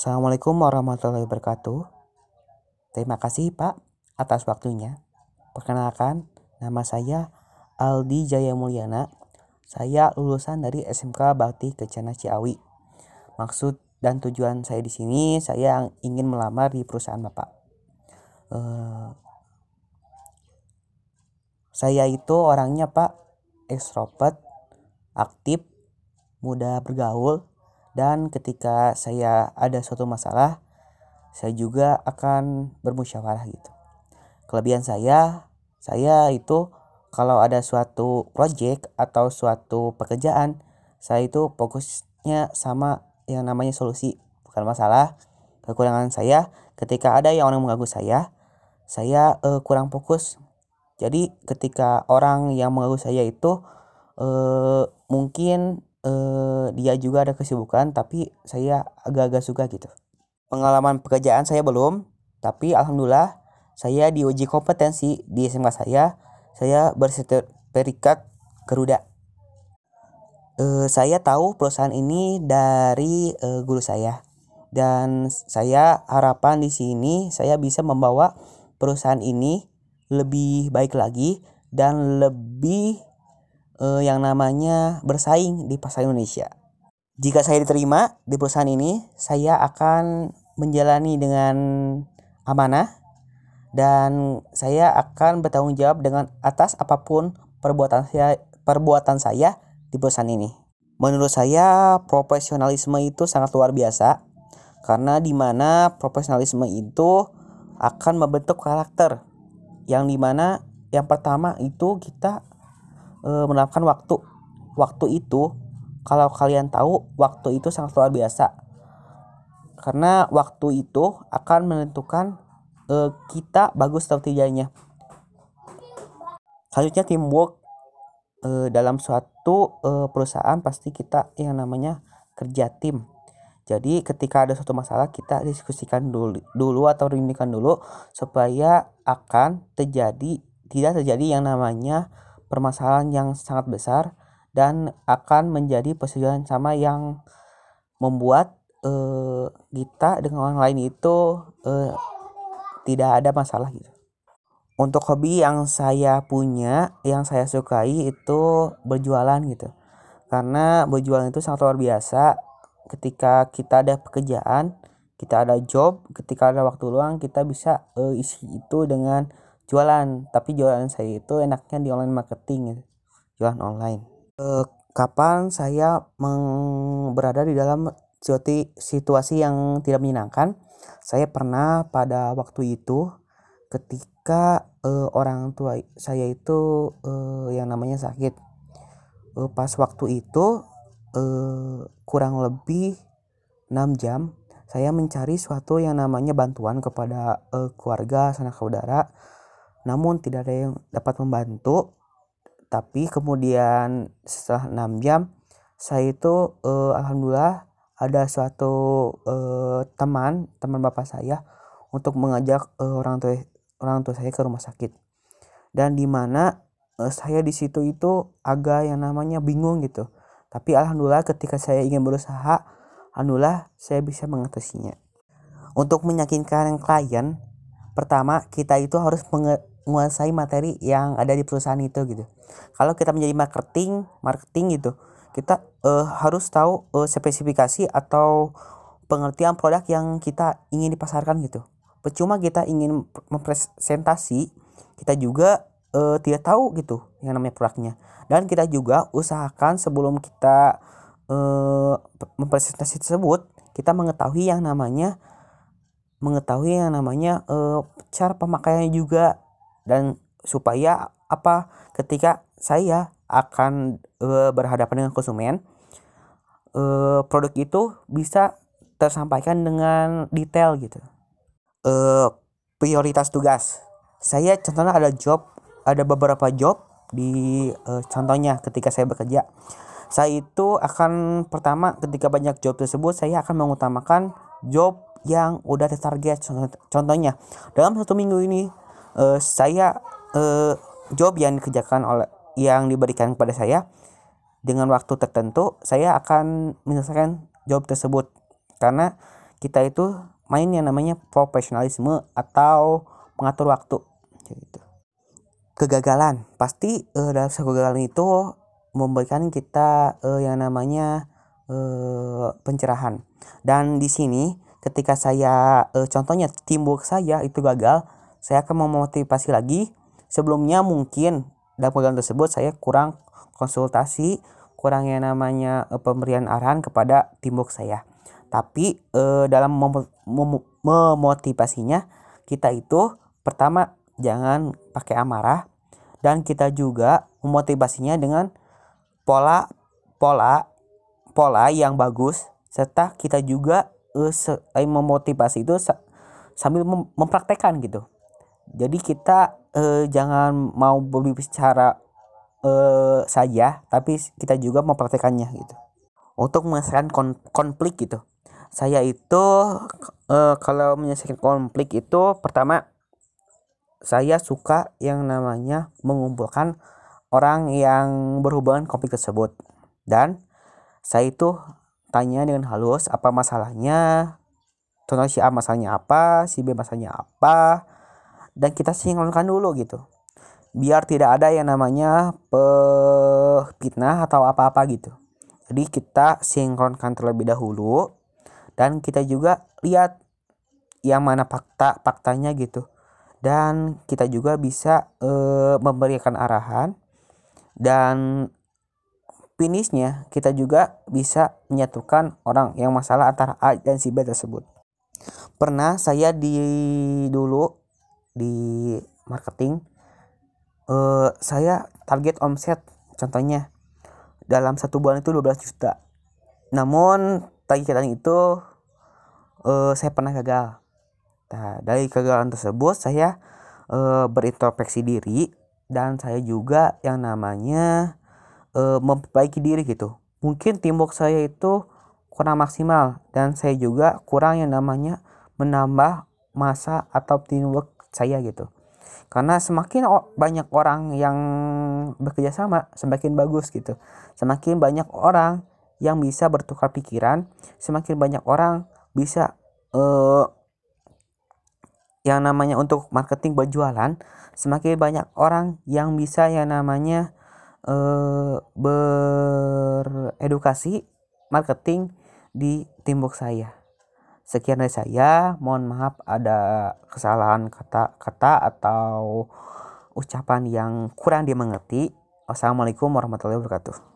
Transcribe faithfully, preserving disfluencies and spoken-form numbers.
Assalamualaikum warahmatullahi wabarakatuh. Terima kasih Pak atas waktunya. Perkenalkan, nama saya Aldi Jaya Mulyana. Saya lulusan dari S M K Bakti Kencana Ciawi. Maksud dan tujuan saya di sini, saya ingin melamar di perusahaan Bapak. Uh, saya itu orangnya Pak ekstrovert, aktif, mudah bergaul, dan ketika saya ada suatu masalah, saya juga akan bermusyawarah gitu. Kelebihan saya, saya itu kalau ada suatu project atau suatu pekerjaan, saya itu fokusnya sama yang namanya solusi, bukan masalah. Kekurangan saya, ketika ada yang orang mengganggu saya, saya uh, kurang fokus. Jadi ketika orang yang mengganggu saya itu uh, mungkin uh, dia juga ada kesibukan, tapi saya agak-agak suka gitu. Pengalaman pekerjaan saya belum, tapi alhamdulillah saya diuji kompetensi di S M K saya. Saya bersertifikat Garuda. E, saya tahu perusahaan ini dari e, guru saya, dan saya harapan di sini saya bisa membawa perusahaan ini lebih baik lagi dan lebih e, yang namanya bersaing di pasar Indonesia. Jika saya diterima di perusahaan ini, saya akan menjalani dengan amanah dan saya akan bertanggung jawab dengan atas apapun perbuatan saya perbuatan saya di perusahaan ini. Menurut saya profesionalisme itu sangat luar biasa, karena di mana profesionalisme itu akan membentuk karakter, yang dimana yang pertama itu kita e, menerapkan waktu. Waktu itu, kalau kalian tahu, waktu itu sangat luar biasa, karena waktu itu akan menentukan uh, kita bagus atau tidaknya. Selanjutnya teamwork. Uh, dalam suatu uh, perusahaan pasti kita yang namanya kerja tim. Jadi ketika ada suatu masalah, kita diskusikan dulu, dulu atau rindukan dulu supaya akan terjadi tidak terjadi yang namanya permasalahan yang sangat besar dan akan menjadi persetujuan sama yang membuat uh, kita dengan orang lain itu uh, tidak ada masalah gitu. Untuk hobi yang saya punya, yang saya sukai itu berjualan gitu. Karena berjualan itu sangat luar biasa. Ketika kita ada pekerjaan, kita ada job, ketika ada waktu luang, kita bisa uh, isi itu dengan jualan. Tapi jualan saya itu enaknya di online marketing gitu. Jualan online. Uh, kapan saya meng- berada di dalam situasi yang tidak menyenangkan? Saya pernah pada waktu itu ketika uh, orang tua saya itu uh, yang namanya sakit. Uh, pas waktu itu uh, kurang lebih enam jam saya mencari suatu yang namanya bantuan kepada uh, keluarga, sanak saudara, namun tidak ada yang dapat membantu. Tapi kemudian setelah enam jam saya itu uh, alhamdulillah ada suatu uh, teman teman bapak saya untuk mengajak uh, orang tua orang tua saya ke rumah sakit, dan di mana uh, saya di situ itu agak yang namanya bingung gitu. Tapi alhamdulillah ketika saya ingin berusaha, alhamdulillah saya bisa mengatasinya. Untuk meyakinkan klien, pertama kita itu harus menguasai materi yang ada di perusahaan itu gitu. Kalau kita menjadi marketing marketing gitu, kita uh, harus tahu uh, spesifikasi atau pengertian produk yang kita ingin dipasarkan gitu. Percuma kita ingin mempresentasi, kita juga uh, tidak tahu gitu yang namanya produknya. Dan kita juga usahakan sebelum kita uh, mempresentasi tersebut, kita mengetahui yang namanya mengetahui yang namanya uh, cara pemakaiannya juga, dan supaya apa ketika saya akan uh, berhadapan dengan konsumen, uh, produk itu bisa tersampaikan dengan detail gitu. Uh, prioritas tugas saya, contohnya ada job, ada beberapa job di uh, contohnya ketika saya bekerja, saya itu akan pertama ketika banyak job tersebut saya akan mengutamakan job yang udah tertarget. Contohnya dalam satu minggu ini uh, saya uh, job yang dikerjakan oleh yang diberikan kepada saya dengan waktu tertentu, saya akan menyelesaikan job tersebut, karena kita itu main yang namanya profesionalisme atau mengatur waktu gitu. Kegagalan pasti uh, dalam kegagalan itu memberikan kita uh, yang namanya uh, pencerahan. Dan di sini ketika saya uh, contohnya teamwork saya itu gagal, saya akan memotivasi lagi. Sebelumnya mungkin dalam kegagalan tersebut saya kurang konsultasi, kurang yang namanya uh, pemberian arahan kepada teamwork saya. Tapi uh, dalam mem- mem- memotivasinya kita itu pertama jangan pakai amarah, dan kita juga memotivasinya dengan pola pola pola yang bagus, serta kita juga uh, se- eh, memotivasi itu sa- sambil mem- mempraktekkan gitu. Jadi kita uh, jangan mau berbicara uh, saja, tapi kita juga mempraktekannya gitu. Untuk menyelesaikan kon- konflik gitu, saya itu uh, kalau menyelesaikan konflik itu pertama saya suka yang namanya mengumpulkan orang yang berhubungan konflik tersebut, dan saya itu tanya dengan halus apa masalahnya. Contoh si A masalahnya apa, si B masalahnya apa, dan kita sinkronkan dulu gitu. Biar tidak ada yang namanya fitnah atau apa-apa gitu. Jadi kita sinkronkan terlebih dahulu, dan kita juga lihat yang mana fakta faktanya gitu. Dan kita juga bisa e, memberikan arahan, dan finishnya kita juga bisa menyatukan orang yang masalah antara A dan si B tersebut. Pernah saya di dulu di marketing, e, saya target omset contohnya dalam satu bulan itu dua belas juta. Namun targetan itu e, saya pernah gagal. Nah, dari kegagalan tersebut saya e, berintrospeksi diri, dan saya juga yang namanya e, memperbaiki diri gitu. Mungkin teamwork saya itu kurang maksimal, dan saya juga kurang yang namanya menambah masa atau teamwork saya gitu. Karena semakin o- banyak orang yang bekerja sama, semakin bagus gitu. Semakin banyak orang yang bisa bertukar pikiran, semakin banyak orang bisa e, yang namanya untuk marketing berjualan, semakin banyak orang yang bisa yang namanya eh, beredukasi marketing di teamwork saya. Sekian dari saya, mohon maaf ada kesalahan kata-kata atau ucapan yang kurang dimengerti. Wassalamualaikum warahmatullahi wabarakatuh.